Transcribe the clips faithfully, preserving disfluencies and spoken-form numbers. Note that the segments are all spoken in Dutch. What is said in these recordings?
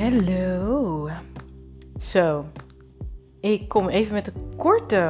Hallo. Zo, ik kom even met een korte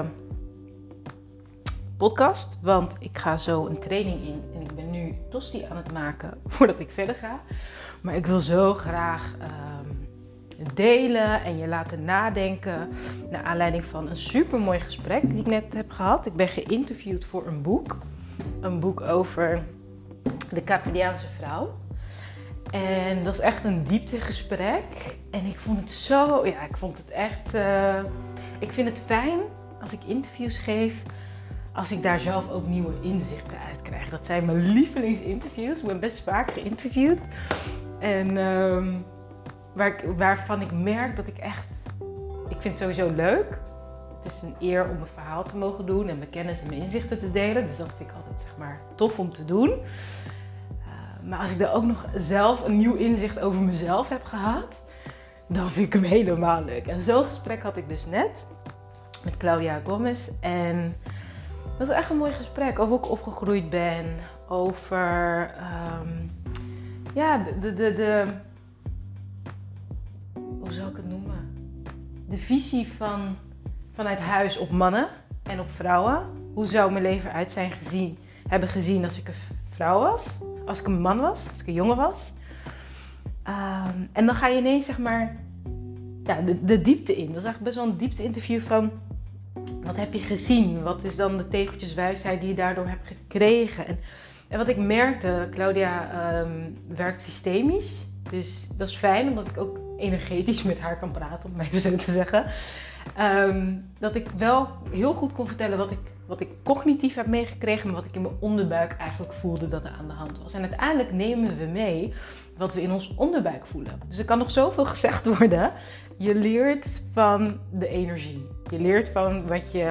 podcast, want ik ga zo een training in en ik ben nu tosti aan het maken voordat ik verder ga. Maar ik wil zo graag um, delen en je laten nadenken naar aanleiding van een supermooi gesprek die ik net heb gehad. Ik ben geïnterviewd voor een boek, een boek over de Capverdiaanse vrouw. En dat is echt een dieptegesprek. En ik vond het zo, ja, ik vond het echt, uh, ik vind het fijn als ik interviews geef, als ik daar zelf ook nieuwe inzichten uit krijg. Dat zijn mijn lievelingsinterviews. Ik ben best vaak geïnterviewd. En um, waar ik, waarvan ik merk dat ik echt, ik vind het sowieso leuk. Het is een eer om een verhaal te mogen doen en mijn kennis en mijn inzichten te delen. Dus dat vind ik altijd, zeg maar, tof om te doen. Maar als ik daar ook nog zelf een nieuw inzicht over mezelf heb gehad, dan vind ik hem helemaal leuk. En zo'n gesprek had ik dus net met Claudia Gomez. En dat is echt een mooi gesprek. Over hoe ik opgegroeid ben. Over um, ja, de, de, de, de... Hoe zou ik het noemen? De visie van, vanuit huis op mannen en op vrouwen. Hoe zou mijn leven uit zijn gezien, hebben gezien als ik een vrouw was? Als ik een man was, als ik een jongen was. Um, en dan ga je ineens, zeg maar, ja, de, de diepte in. Dat is eigenlijk best wel een diepte interview van, wat heb je gezien? Wat is dan de tegeltjeswijsheid die je daardoor hebt gekregen? En, en wat ik merkte, Claudia um, werkt systemisch. Dus dat is fijn, omdat ik ook energetisch met haar kan praten, om het even zo te zeggen. Um, dat ik wel heel goed kon vertellen wat ik, wat ik cognitief heb meegekregen, maar wat ik in mijn onderbuik eigenlijk voelde dat er aan de hand was. En uiteindelijk nemen we mee wat we in ons onderbuik voelen. Dus er kan nog zoveel gezegd worden. Je leert van de energie. Je leert van wat je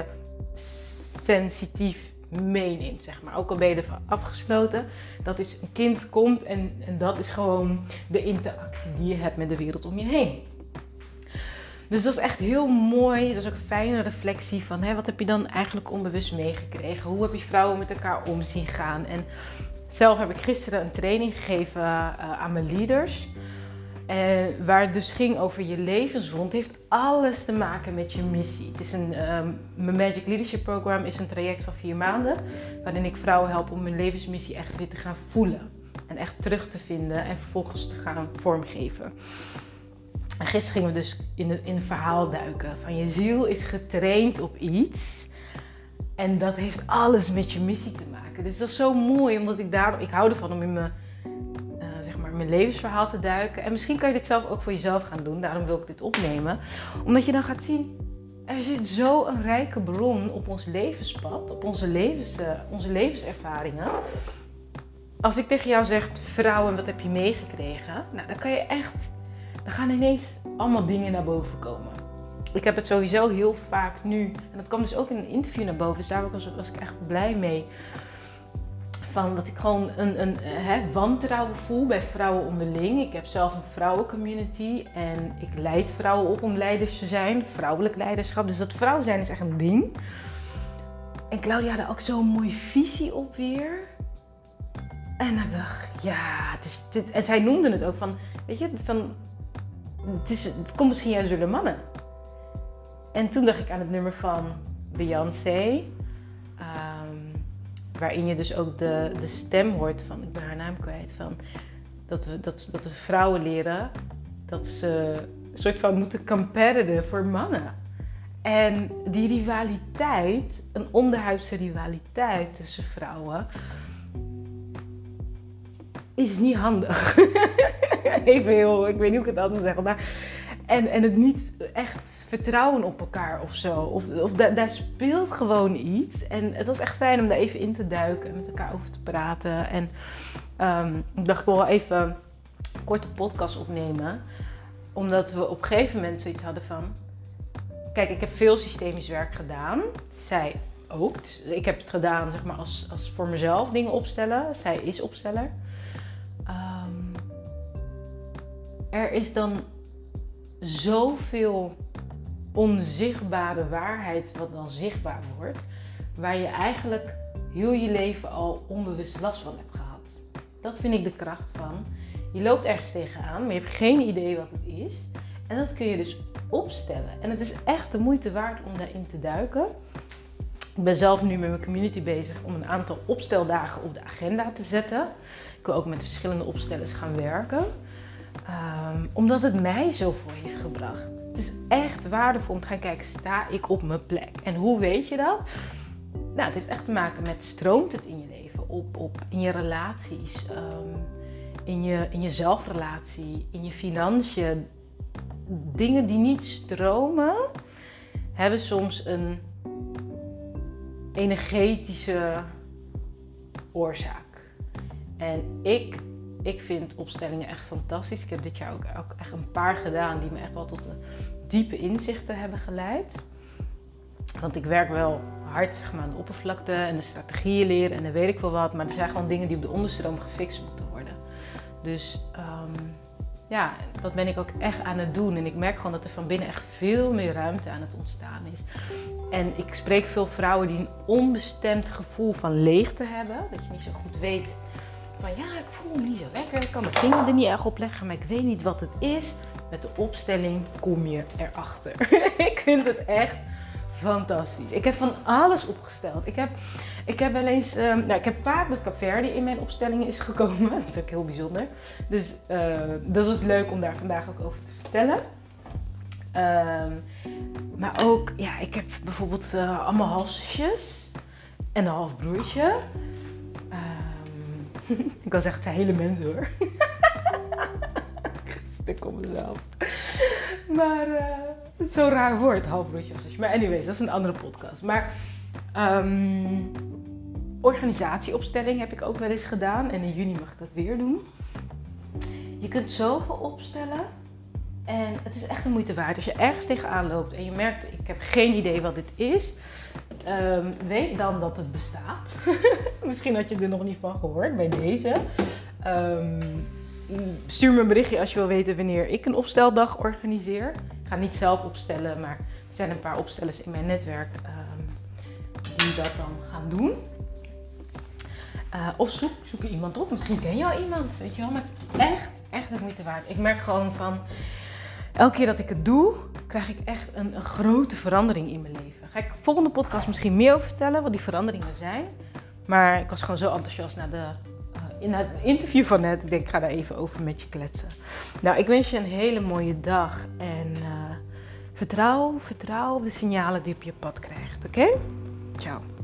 sensitief meeneemt, zeg maar. Ook al ben je ervan afgesloten. Dat is, een kind komt en, en dat is gewoon de interactie die je hebt met de wereld om je heen. Dus dat is echt heel mooi. Dat is ook een fijne reflectie van, hè, wat heb je dan eigenlijk onbewust meegekregen? Hoe heb je vrouwen met elkaar om zien gaan? En zelf heb ik gisteren een training gegeven uh, aan mijn leaders. Uh, waar het dus ging over je levenswond. Het heeft alles te maken met je missie. Het is een, um, mijn Magic Leadership Program is een traject van vier maanden. Waarin ik vrouwen help om hun levensmissie echt weer te gaan voelen. En echt terug te vinden en vervolgens te gaan vormgeven. En gisteren gingen we dus in, de, in het verhaal duiken. Van je ziel is getraind op iets. En dat heeft alles met je missie te maken. Dus dat is zo mooi. Omdat ik daar, ik hou ervan om in mijn, uh, zeg maar, mijn levensverhaal te duiken. En misschien kan je dit zelf ook voor jezelf gaan doen. Daarom wil ik dit opnemen. Omdat je dan gaat zien. Er zit zo een rijke bron op ons levenspad. Op onze, levens, uh, onze levenservaringen. Als ik tegen jou zeg, vrouwen, wat heb je meegekregen? Nou, dan kan je echt... Dan gaan ineens allemaal dingen naar boven komen. Ik heb het sowieso heel vaak nu. En dat kwam dus ook in een interview naar boven. Dus daar was, was ik echt blij mee. Van dat ik gewoon een, een hè, wantrouwen voel bij vrouwen onderling. Ik heb zelf een vrouwencommunity. En ik leid vrouwen op om leiders te zijn. Vrouwelijk leiderschap. Dus dat vrouw zijn is echt een ding. En Claudia had ook zo'n mooie visie op weer. En ik dacht, ja, het is dit. En zij noemde het ook van, weet je, van... Het, is, het komt misschien juist door de mannen. En toen dacht ik aan het nummer van Beyoncé. Um, waarin je dus ook de, de stem hoort van, ik ben haar naam kwijt, van dat we, dat, dat we vrouwen leren dat ze een soort van moeten competeren voor mannen. En die rivaliteit, een onderhuidse rivaliteit tussen vrouwen, is niet handig. Even heel, ik weet niet hoe ik het anders moet zeggen. Maar, en, en het niet echt vertrouwen op elkaar of zo. Of, of da, daar speelt gewoon iets. En het was echt fijn om daar even in te duiken en met elkaar over te praten. En um, ik dacht, ik wil wel even een korte podcast opnemen. Omdat we op een gegeven moment zoiets hadden van... Kijk, ik heb veel systemisch werk gedaan. Zij ook. Dus ik heb het gedaan, zeg maar, als, als voor mezelf dingen opstellen. Zij is opsteller. Um, er is dan zoveel onzichtbare waarheid wat dan zichtbaar wordt, waar je eigenlijk heel je leven al onbewust last van hebt gehad. Dat vind ik de kracht van Je loopt ergens tegenaan, maar je hebt geen idee wat het is. En dat kun je dus opstellen. En het is echt de moeite waard om daarin te duiken. Ik ben zelf nu met mijn community bezig om een aantal opsteldagen op de agenda te zetten. Ik wil ook met verschillende opstellers gaan werken. Um, omdat het mij zoveel heeft gebracht. Het is echt waardevol om te gaan kijken, sta ik op mijn plek? En hoe weet je dat? Nou, het heeft echt te maken met, stroomt het in je leven? Op, op, in je relaties, um, in, je, in je zelfrelatie, in je financiën. Dingen die niet stromen, hebben soms een energetische oorzaak. En ik, ik vind opstellingen echt fantastisch. Ik heb dit jaar ook, ook echt een paar gedaan die me echt wel tot een diepe inzichten hebben geleid. Want ik werk wel hard zeg maar, aan de oppervlakte en de strategieën leren en dan weet ik wel wat. Maar er zijn gewoon dingen die op de onderstroom gefixt moeten worden. Dus um, ja, dat ben ik ook echt aan het doen. En ik merk gewoon dat er van binnen echt veel meer ruimte aan het ontstaan is. En ik spreek veel vrouwen die een onbestemd gevoel van leegte hebben. Dat je niet zo goed weet van ja, ik voel me niet zo lekker. Ik kan mijn vinger er niet erg op leggen, maar ik weet niet wat het is. Met de opstelling kom je erachter. Ik vind het echt fantastisch. Ik heb van alles opgesteld. Ik heb, ik heb wel eens, um, nou, ik heb vaak dat Cape Verde in mijn opstellingen is gekomen. Dat is ook heel bijzonder. Dus uh, dat was leuk om daar vandaag ook over te vertellen. Um, maar ook, ja, ik heb bijvoorbeeld uh, allemaal halfzusjes en een half broertje. Um, ik kan zeggen, het zijn hele mensen hoor. Stik op mezelf. Maar uh, het is zo'n raar woord, halfbroertje of zusje. Maar anyways, dat is een andere podcast. Maar um, organisatieopstelling heb ik ook wel eens gedaan. En in juni mag ik dat weer doen. Je kunt zoveel opstellen. En het is echt de moeite waard. Als je ergens tegenaan loopt en je merkt, ik heb geen idee wat dit is. Um, weet dan dat het bestaat. Misschien had je er nog niet van gehoord bij deze. Um, Stuur me een berichtje als je wil weten wanneer ik een opsteldag organiseer. Ik ga niet zelf opstellen, maar er zijn een paar opstellers in mijn netwerk um, die dat dan gaan doen. Uh, of zoek, zoek er iemand op. Misschien ken je al iemand, weet je wel. Maar het is echt, echt de moeite waard. Ik merk gewoon van, elke keer dat ik het doe, krijg ik echt een, een grote verandering in mijn leven. Ga ik volgende podcast misschien meer over vertellen, wat die veranderingen zijn. Maar ik was gewoon zo enthousiast naar de... in het interview van net, ik denk ik ga daar even over met je kletsen. Nou, ik wens je een hele mooie dag en uh, vertrouw, vertrouw op de signalen die op je pad krijgt, oké? Okay? Ciao.